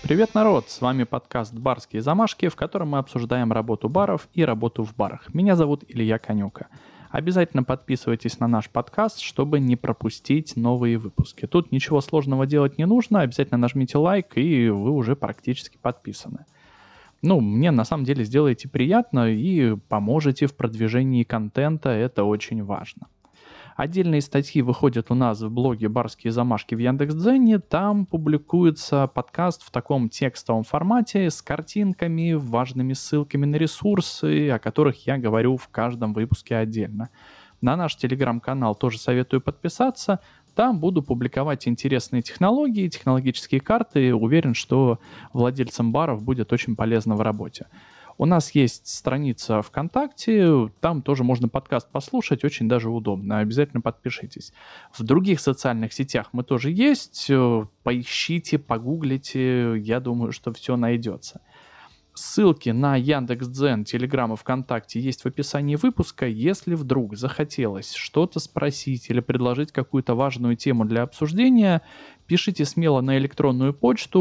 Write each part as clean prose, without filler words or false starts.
Привет, народ! С вами подкаст «Барские замашки», в котором мы обсуждаем работу баров и работу в барах. Меня зовут Илья Конюка. Обязательно подписывайтесь на наш подкаст, чтобы не пропустить новые выпуски. Тут ничего сложного делать не нужно, обязательно нажмите лайк, и вы уже практически подписаны. Мне на самом деле сделаете приятно и поможете в продвижении контента, это очень важно. Отдельные статьи выходят у нас в блоге «Барские замашки» в Яндекс.Дзене. Там публикуется подкаст в таком текстовом формате с картинками, важными ссылками на ресурсы, о которых я говорю в каждом выпуске отдельно. На наш телеграм-канал тоже советую подписаться. Там буду публиковать интересные технологии, технологические карты. Уверен, что владельцам баров будет очень полезно в работе. У нас есть страница ВКонтакте, там тоже можно подкаст послушать, очень даже удобно, обязательно подпишитесь. В других социальных сетях мы тоже есть, поищите, погуглите, я думаю, что все найдется. Ссылки на Яндекс.Дзен, Телеграм и ВКонтакте есть в описании выпуска. Если вдруг захотелось что-то спросить или предложить какую-то важную тему для обсуждения, пишите смело на электронную почту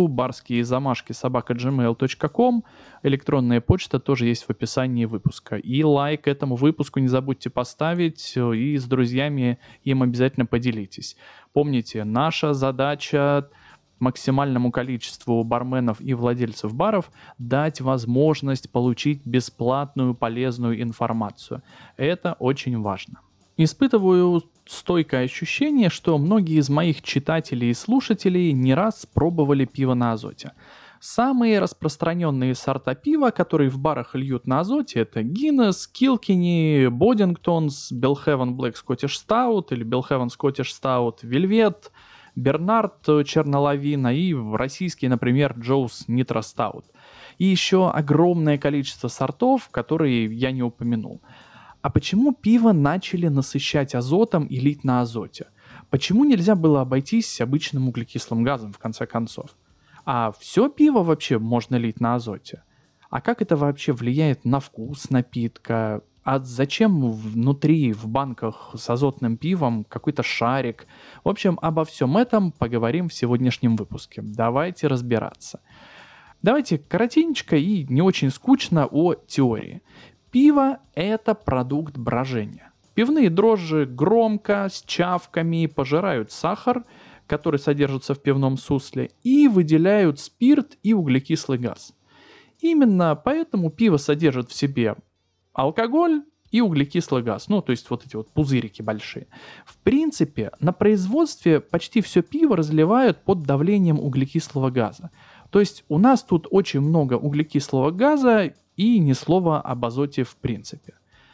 barskiyezamashki@gmail.com. Электронная почта тоже есть в описании выпуска. И лайк этому выпуску не забудьте поставить, и с друзьями им обязательно поделитесь. Помните, наша задача максимальному количеству барменов и владельцев баров дать возможность получить бесплатную полезную информацию. Это очень важно. Испытываю стойкое ощущение, что многие из моих читателей и слушателей не раз пробовали пиво на азоте. Самые распространенные сорта пива, которые в барах льют на азоте, это Guinness, Kilkenny, Boddingtons, Belhaven Black Scottish Stout или Belhaven Scottish Stout, Velvet, Бернард Чернолавина и российский, например, Joe's Nitro Stout. И еще огромное количество сортов, которые я не упомянул. А почему пиво начали насыщать азотом и лить на азоте? Почему нельзя было обойтись обычным углекислым газом, в конце концов? А все пиво вообще можно лить на азоте? А как это вообще влияет на вкус напитка? А зачем внутри, в банках с азотным пивом какой-то шарик? В общем, обо всем этом поговорим в сегодняшнем выпуске. Давайте разбираться. Давайте коротенько и не очень скучно о теории. Пиво – это продукт брожения. Пивные дрожжи громко, с чавками пожирают сахар, который содержится в пивном сусле, и выделяют спирт и углекислый газ. Именно поэтому пиво содержит в себе алкоголь и углекислый газ, то есть вот эти вот пузырики большие. В принципе, на производстве почти все пиво разливают под давлением углекислого газа. То есть у нас тут очень много углекислого газа и ни слова об азоте в принципе.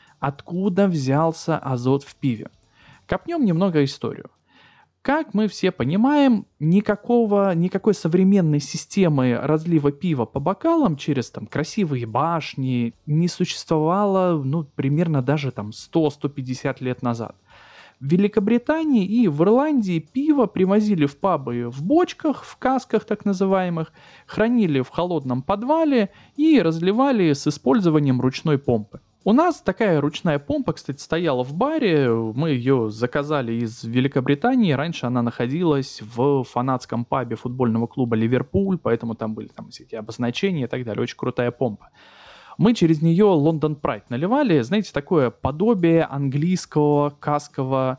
Откуда взялся азот в пиве? Копнем немного историю. Как мы все понимаем, никакой современной системы разлива пива по бокалам через красивые башни не существовало примерно даже 100-150 лет назад. В Великобритании и в Ирландии пиво привозили в пабы в бочках, в касках так называемых, хранили в холодном подвале и разливали с использованием ручной помпы. У нас такая ручная помпа, кстати, стояла в баре, мы ее заказали из Великобритании, раньше она находилась в фанатском пабе футбольного клуба «Ливерпуль», поэтому там были всякие обозначения и так далее, очень крутая помпа. Мы через нее London Pride наливали, знаете, такое подобие английского каскового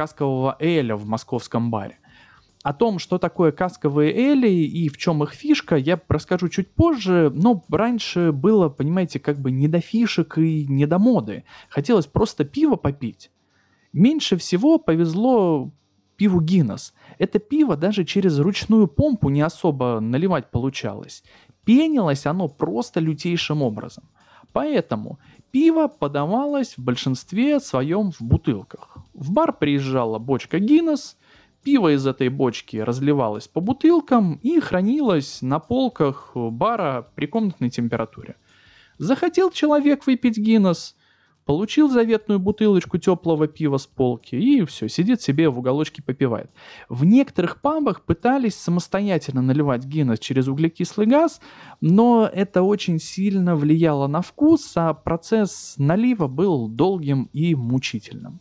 эля в московском баре. О том, что такое касковые эли и в чем их фишка, я расскажу чуть позже, но раньше было, понимаете, не до фишек и не до моды. Хотелось просто пиво попить. Меньше всего повезло пиву Guinness. Это пиво даже через ручную помпу не особо наливать получалось. Пенилось оно просто лютейшим образом. Поэтому пиво подавалось в большинстве своем в бутылках. В бар приезжала бочка Guinness, пиво из этой бочки разливалось по бутылкам и хранилось на полках бара при комнатной температуре. Захотел человек выпить Guinness, получил заветную бутылочку теплого пива с полки и все, сидит себе в уголочке попивает. В некоторых пабах пытались самостоятельно наливать Guinness через углекислый газ, но это очень сильно влияло на вкус, а процесс налива был долгим и мучительным.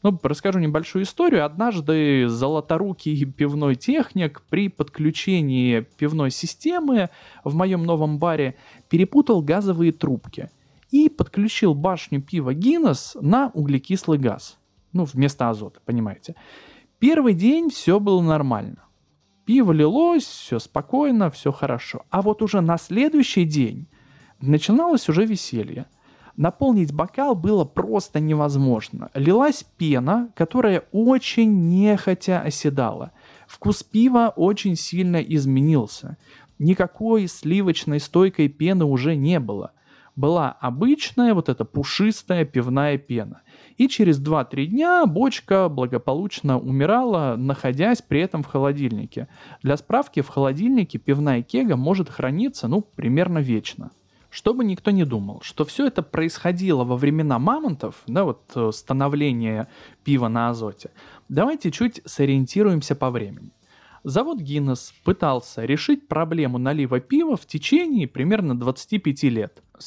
Ну, расскажу небольшую историю. Однажды золоторукий пивной техник при подключении пивной системы в моем новом баре перепутал газовые трубки и подключил башню пива Гиннес на углекислый газ. Ну, вместо азота, понимаете. Первый день все было нормально. Пиво лилось, все спокойно, все хорошо. А вот уже на следующий день начиналось уже веселье. Наполнить бокал было просто невозможно. Лилась пена, которая очень нехотя оседала. Вкус пива очень сильно изменился. Никакой сливочной стойкой пены уже не было. Была обычная вот эта пушистая пивная пена. И через 2-3 дня бочка благополучно умирала, находясь при этом в холодильнике. Для справки, в холодильнике пивная кега может храниться, примерно вечно. Чтобы никто не думал, что все это происходило во времена мамонтов, становление пива на азоте, давайте чуть сориентируемся по времени. Завод Guinness пытался решить проблему налива пива в течение примерно 25 лет, с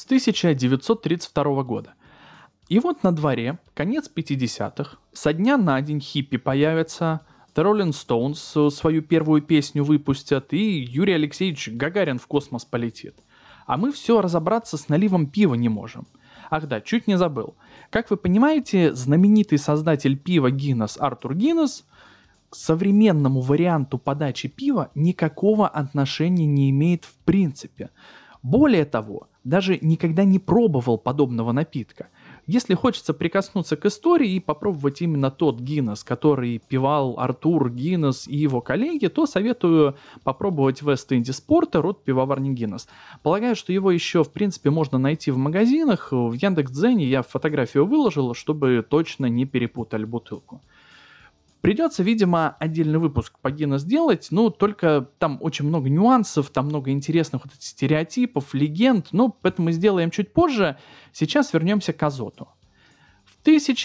1932 года. И вот на дворе, конец 50-х, со дня на день хиппи появятся, The Rolling Stones свою первую песню выпустят, и Юрий Алексеевич Гагарин в космос полетит. А мы все разобраться с наливом пива не можем. Ах да, чуть не забыл. Как вы понимаете, знаменитый создатель пива Guinness Артур Гиннес к современному варианту подачи пива никакого отношения не имеет в принципе. Более того, даже никогда не пробовал подобного напитка. Если хочется прикоснуться к истории и попробовать именно тот Гиннес, который пивал Артур Гиннес и его коллеги, то советую попробовать West Indies Porter от пивоварни Гиннес. Полагаю, что его еще в принципе можно найти в магазинах. В Яндекс.Дзене я фотографию выложил, чтобы точно не перепутали бутылку. Придется, видимо, отдельный выпуск по Гиннес сделать, только там очень много нюансов, там много интересных вот этих стереотипов, легенд, поэтому сделаем чуть позже. Сейчас вернемся к азоту. В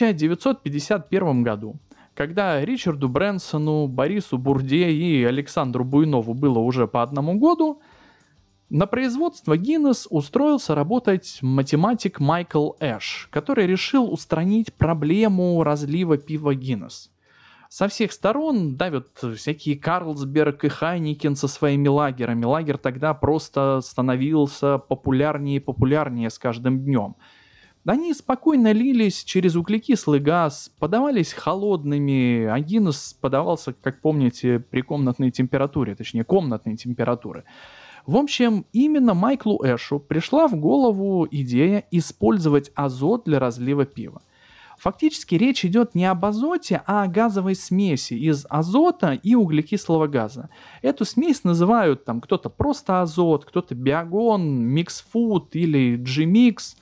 1951 году, когда Ричарду Брэнсону, Борису Бурде и Александру Буйнову было уже по 1 году, на производство Guinness устроился работать математик Майкл Эш, который решил устранить проблему разлива пива Guinness. Со всех сторон давят всякие Карлсберг и Хайникен со своими лагерами. Лагерь тогда просто становился популярнее и популярнее с каждым днем. Они спокойно лились через углекислый газ, подавались холодными, а Guinness подавался, как помните, при комнатной температуре, точнее комнатной температуры. В общем, именно Майклу Эшу пришла в голову идея использовать азот для разлива пива. Фактически речь идет не об азоте, а о газовой смеси из азота и углекислого газа. Эту смесь называют кто-то просто азот, кто-то биогон, миксфуд или G-микс.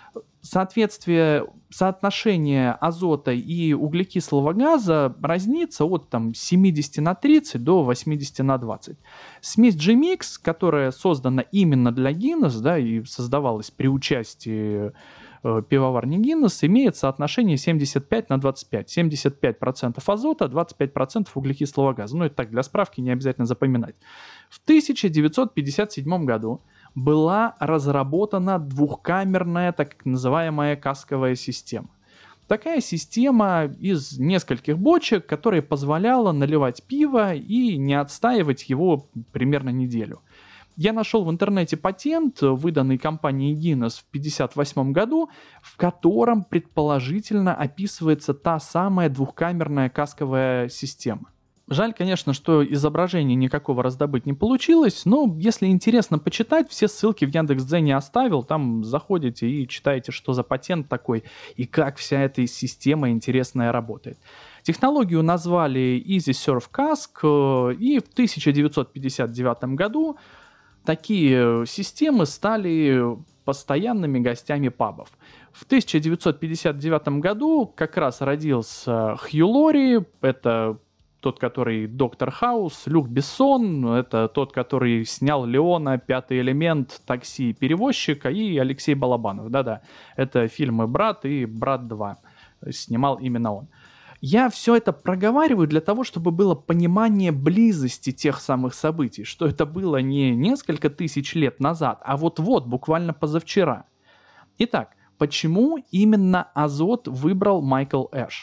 Соотношение азота и углекислого газа разнится от 70/30 до 80/20. Смесь G-микс, которая создана именно для Guinness, и создавалась при участии пивоварни Guinness, имеет соотношение 75/25. 75% азота, 25% углекислого газа. Это так, для справки, не обязательно запоминать. В 1957 году была разработана двухкамерная, так называемая касковая система. Такая система из нескольких бочек, которая позволяла наливать пиво и не отстаивать его примерно неделю. Я нашел в интернете патент, выданный компанией Guinness в 1958 году, в котором предположительно описывается та самая двухкамерная касковая система. Жаль, конечно, что изображения никакого раздобыть не получилось, но если интересно почитать, все ссылки в Яндекс.Дзене оставил, там заходите и читаете, что за патент такой и как вся эта система интересная работает. Технологию назвали Easy Serve Cask, и в 1959 году такие системы стали постоянными гостями пабов. В 1959 году как раз родился Хью Лори, это тот, который Доктор Хаус, Люк Бессон, это тот, который снял Леона, Пятый элемент, Такси, Перевозчика, и Алексей Балабанов. Да-да, это фильмы «Брат» и «Брат 2». Снимал именно он. Я все это проговариваю для того, чтобы было понимание близости тех самых событий, что это было не несколько тысяч лет назад, а вот-вот, буквально позавчера. Итак, почему именно азот выбрал Майкл Эш?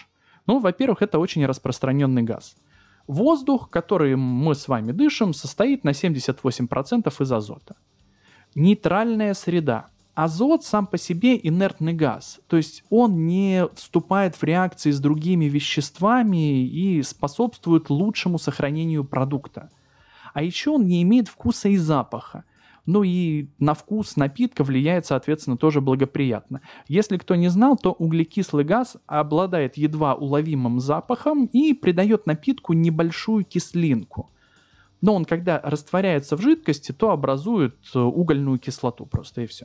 Ну, во-первых, это очень распространенный газ. Воздух, который мы с вами дышим, состоит на 78% из азота. Нейтральная среда. Азот сам по себе инертный газ, то есть он не вступает в реакции с другими веществами и способствует лучшему сохранению продукта. А еще он не имеет вкуса и запаха. Ну и на вкус напитка влияет, соответственно, тоже благоприятно. Если кто не знал, то углекислый газ обладает едва уловимым запахом и придает напитку небольшую кислинку. Но он, когда растворяется в жидкости, то образует угольную кислоту просто и все.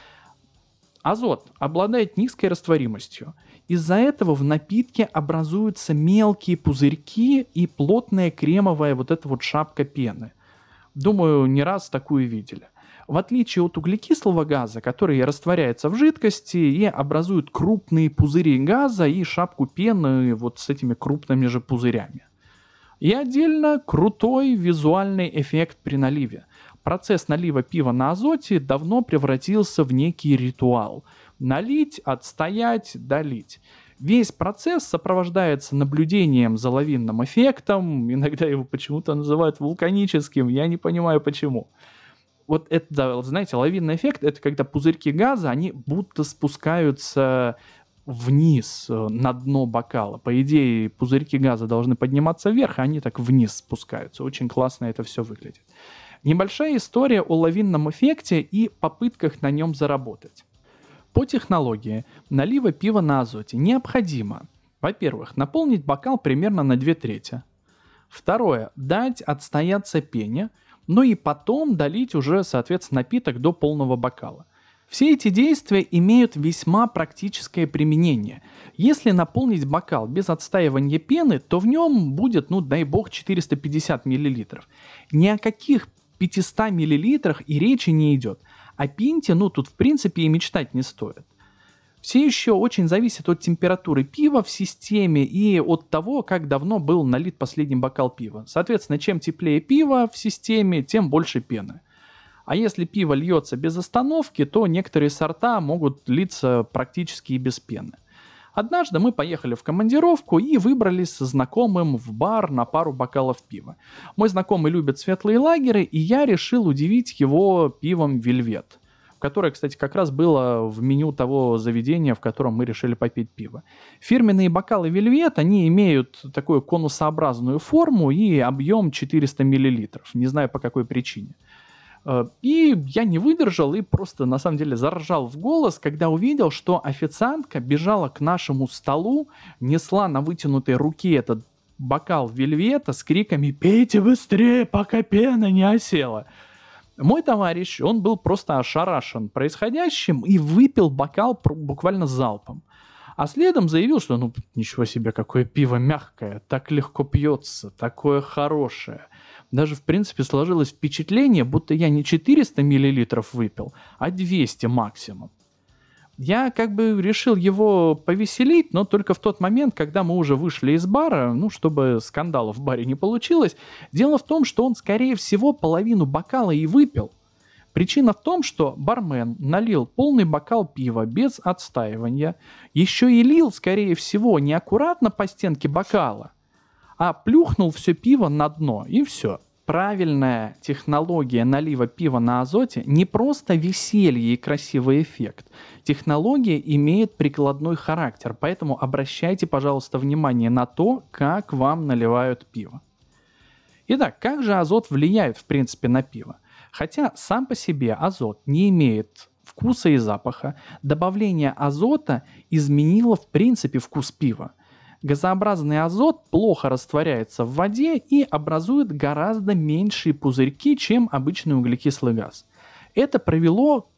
Азот обладает низкой растворимостью. Из-за этого в напитке образуются мелкие пузырьки и плотная кремовая вот эта вот шапка пены. Думаю, не раз такую видели. В отличие от углекислого газа, который растворяется в жидкости и образует крупные пузыри газа и шапку пены вот с этими крупными же пузырями. И отдельно крутой визуальный эффект при наливе. Процесс налива пива на азоте давно превратился в некий ритуал. Налить, отстоять, долить. Весь процесс сопровождается наблюдением за лавинным эффектом, иногда его почему-то называют вулканическим, я не понимаю почему. Вот это, знаете, лавинный эффект, это когда пузырьки газа, они будто спускаются вниз, на дно бокала. По идее, пузырьки газа должны подниматься вверх, а они так вниз спускаются. Очень классно это все выглядит. Небольшая история о лавинном эффекте и попытках на нем заработать. По технологии налива пива на азоте необходимо, во-первых, наполнить бокал примерно на 2/3. Второе, дать отстояться пене, ну и потом долить уже, соответственно, напиток до полного бокала. Все эти действия имеют весьма практическое применение. Если наполнить бокал без отстаивания пены, то в нем будет, ну дай бог, 450 мл. Ни о каких 500 мл и речи не идет. О пинте, ну тут в принципе и мечтать не стоит. Все еще очень зависит от температуры пива в системе и от того, как давно был налит последний бокал пива. Соответственно, чем теплее пиво в системе, тем больше пены. А если пиво льется без остановки, то некоторые сорта могут литься практически и без пены. Однажды мы поехали в командировку и выбрались со знакомым в бар на пару бокалов пива. Мой знакомый любит светлые лагеры, и я решил удивить его пивом «Вельвет», которое, кстати, как раз было в меню того заведения, в котором мы решили попить пиво. Фирменные бокалы «Вельвет», они имеют такую конусообразную форму и объем 400 мл. Не знаю по какой причине. И я не выдержал и просто, на самом деле, заржал в голос, когда увидел, что официантка бежала к нашему столу, несла на вытянутой руке этот бокал «Вельвета» с криками «Пейте быстрее, пока пена не осела». Мой товарищ, он был просто ошарашен происходящим и выпил бокал буквально залпом. А следом заявил, что ну ничего себе, какое пиво мягкое, так легко пьется, такое хорошее. Даже в принципе сложилось впечатление, будто я не 400 мл выпил, а 200 максимум. Я как бы решил его повеселить, но только в тот момент, когда мы уже вышли из бара, ну, чтобы скандала в баре не получилось. Дело в том, что он, скорее всего, половину бокала и выпил. Причина в том, что бармен налил полный бокал пива без отстаивания, еще и лил, скорее всего, не аккуратно по стенке бокала, а плюхнул все пиво на дно, и все. Правильная технология налива пива на азоте не просто веселье и красивый эффект. Технология имеет прикладной характер, поэтому обращайте, пожалуйста, внимание на то, как вам наливают пиво. Итак, как же азот влияет, в принципе, на пиво? Хотя сам по себе азот не имеет вкуса и запаха, добавление азота изменило, в принципе, вкус пива. Газообразный азот плохо растворяется в воде и образует гораздо меньшие пузырьки, чем обычный углекислый газ. Это привело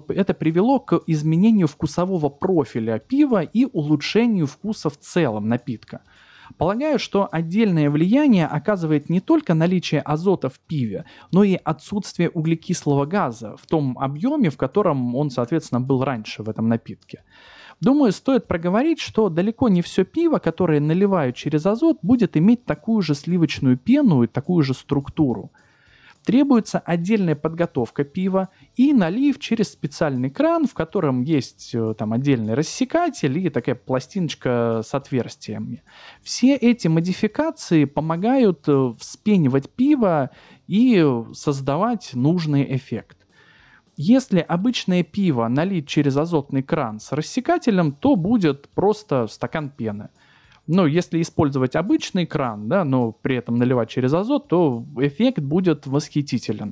к изменению вкусового профиля пива и улучшению вкуса в целом напитка. Полагаю, что отдельное влияние оказывает не только наличие азота в пиве, но и отсутствие углекислого газа в том объеме, в котором он, соответственно, был раньше в этом напитке. Думаю, стоит проговорить, что далеко не все пиво, которое наливают через азот, будет иметь такую же сливочную пену и такую же структуру. требуется отдельная подготовка пива и налив через специальный кран, в котором есть там отдельный рассекатель и такая пластиночка с отверстиями. Все эти модификации помогают вспенивать пиво и создавать нужный эффект. Если обычное пиво налить через азотный кран с рассекателем, то будет просто стакан пены. Но если использовать обычный кран, да, но при этом наливать через азот, то эффект будет восхитителен.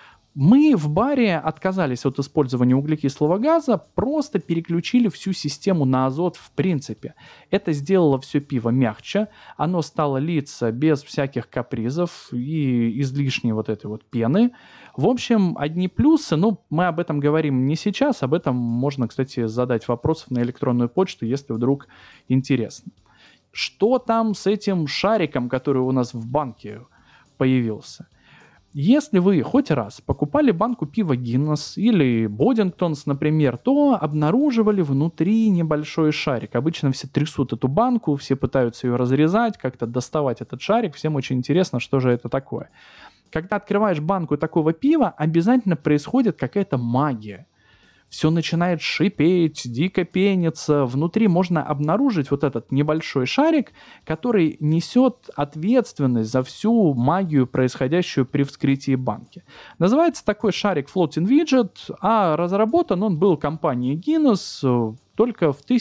Мы в баре отказались от использования углекислого газа, просто переключили всю систему на азот в принципе. Это сделало все пиво мягче, оно стало литься без всяких капризов и излишней вот этой вот пены. В общем, одни плюсы, но мы об этом говорим не сейчас, об этом можно, кстати, задать вопросов на электронную почту, если вдруг интересно. Что там с этим шариком, который у нас в банке появился? Если вы хоть раз покупали банку пива Guinness или Бодингтонс, например, то обнаруживали внутри небольшой шарик. Обычно все трясут эту банку, все пытаются ее разрезать, как-то доставать этот шарик. Всем очень интересно, что же это такое. Когда открываешь банку такого пива, обязательно происходит какая-то магия. Все начинает шипеть, дико пениться. Внутри можно обнаружить вот этот небольшой шарик, который несет ответственность за всю магию, происходящую при вскрытии банки. Называется такой шарик Floating Widget, а разработан он был компанией Guinness только в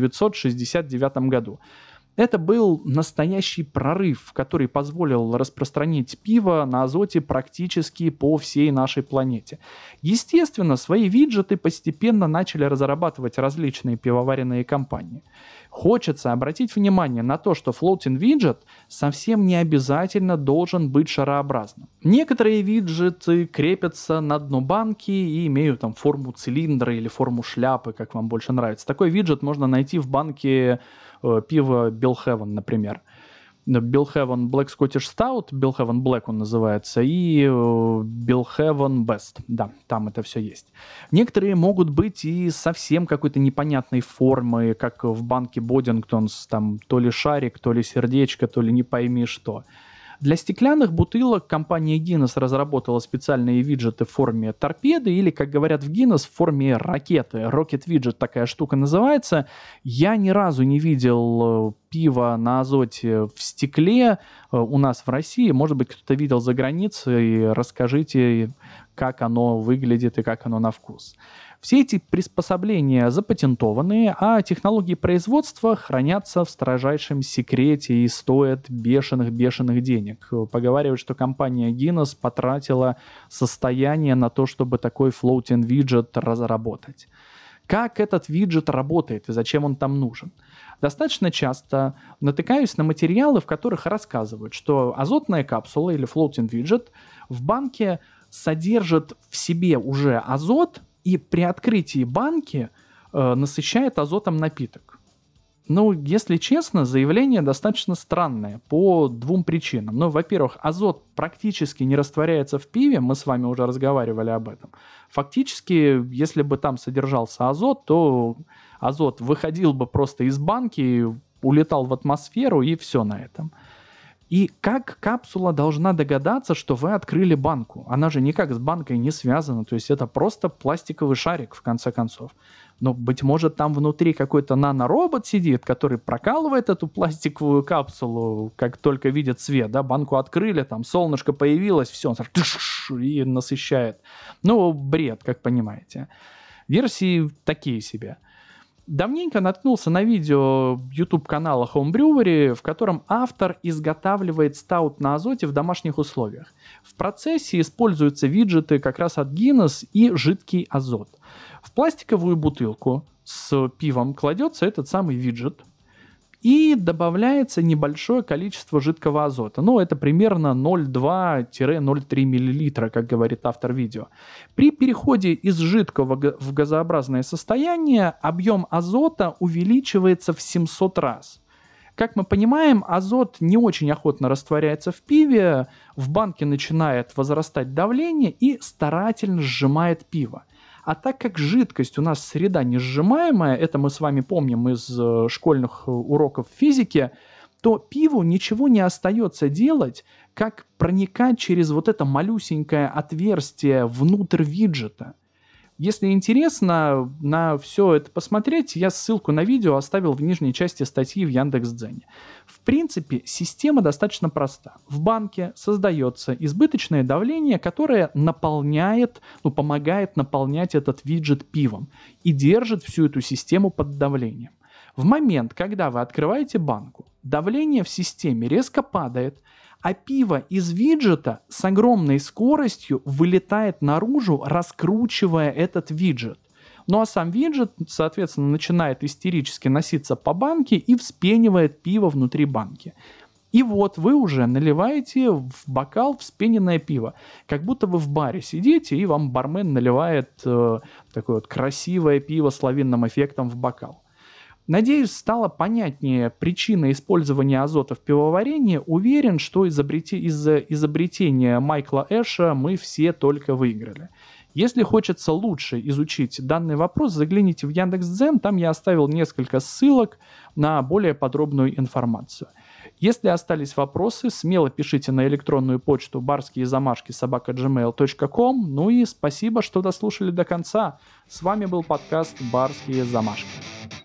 1969 году. Это был настоящий прорыв, который позволил распространить пиво на азоте практически по всей нашей планете. Естественно, свои виджеты постепенно начали разрабатывать различные пивоваренные компании. Хочется обратить внимание на то, что floating widget совсем не обязательно должен быть шарообразным. Некоторые виджеты крепятся на дно банки и имеют там форму цилиндра или форму шляпы, как вам больше нравится. Такой виджет можно найти в банке пива Belhaven, например. Belhaven Black Scottish Stout, Belhaven Black он называется, и Belhaven Best. Да, там это все есть. Некоторые могут быть и совсем какой-то непонятной формы, как в банке Бодингтонс, там то ли шарик, то ли сердечко, то ли не пойми что. Для стеклянных бутылок компания Guinness разработала специальные виджеты в форме торпеды или, как говорят в Guinness, в форме ракеты. Rocket Widget такая штука называется. Я ни разу не видел пива на азоте в стекле у нас в России. Может быть, кто-то видел за границей. Расскажите, как оно выглядит и как оно на вкус. Все эти приспособления запатентованы, а технологии производства хранятся в строжайшем секрете и стоят бешеных денег. Поговаривают, что компания Guinness потратила состояние на то, чтобы такой floating widget разработать. Как этот виджет работает и зачем он там нужен? Достаточно часто натыкаюсь на материалы, в которых рассказывают, что азотная капсула или floating widget в банке содержит в себе уже азот, и при открытии банки насыщает азотом напиток. Ну, если честно, заявление достаточно странное по двум причинам. Ну, во-первых, азот практически не растворяется в пиве, мы с вами уже разговаривали об этом. Фактически, если бы там содержался азот, то азот выходил бы просто из банки, улетал в атмосферу и все на этом. И как капсула должна догадаться, что вы открыли банку? Она же никак с банкой не связана, то есть это просто пластиковый шарик, в конце концов. Но, быть может, там внутри какой-то наноробот сидит, который прокалывает эту пластиковую капсулу, как только видит свет, да, банку открыли, там солнышко появилось, все, и насыщает. Ну, бред, как понимаете. Версии такие себе. Давненько наткнулся на видео YouTube-канала Home Brewery, в котором автор изготавливает стаут на азоте в домашних условиях. В процессе используются виджеты как раз от Guinness и жидкий азот. В пластиковую бутылку с пивом кладется этот самый виджет и добавляется небольшое количество жидкого азота. Ну, это примерно 0,2-0,3 мл, как говорит автор видео. При переходе из жидкого в газообразное состояние объем азота увеличивается в 700 раз. Как мы понимаем, азот не очень охотно растворяется в пиве, в банке начинает возрастать давление и старательно сжимает пиво. А так как жидкость у нас среда несжимаемая, это мы с вами помним из школьных уроков физики, то пиву ничего не остается делать, как проникать через вот это малюсенькое отверстие внутрь виджета. Если интересно на все это посмотреть, я ссылку на видео оставил в нижней части статьи в Яндекс.Дзене. В принципе, система достаточно проста. В банке создается избыточное давление, которое помогает наполнять этот виджет пивом и держит всю эту систему под давлением. В момент, когда вы открываете банку, давление в системе резко падает, а пиво из виджета с огромной скоростью вылетает наружу, раскручивая этот виджет. Ну а сам виджет, соответственно, начинает истерически носиться по банке и вспенивает пиво внутри банки. И вот вы уже наливаете в бокал вспененное пиво. Как будто вы в баре сидите, и вам бармен наливает такое вот красивое пиво с лавинным эффектом в бокал. Надеюсь, стало понятнее причина использования азота в пивоварении. Уверен, что из-за изобретения Майкла Эша мы все только выиграли. Если хочется лучше изучить данный вопрос, загляните в Яндекс.Дзен, там я оставил несколько ссылок на более подробную информацию. Если остались вопросы, смело пишите на электронную почту barskiyezamашки@gmail.com. Ну и спасибо, что дослушали до конца. С вами был подкаст «Барские замашки».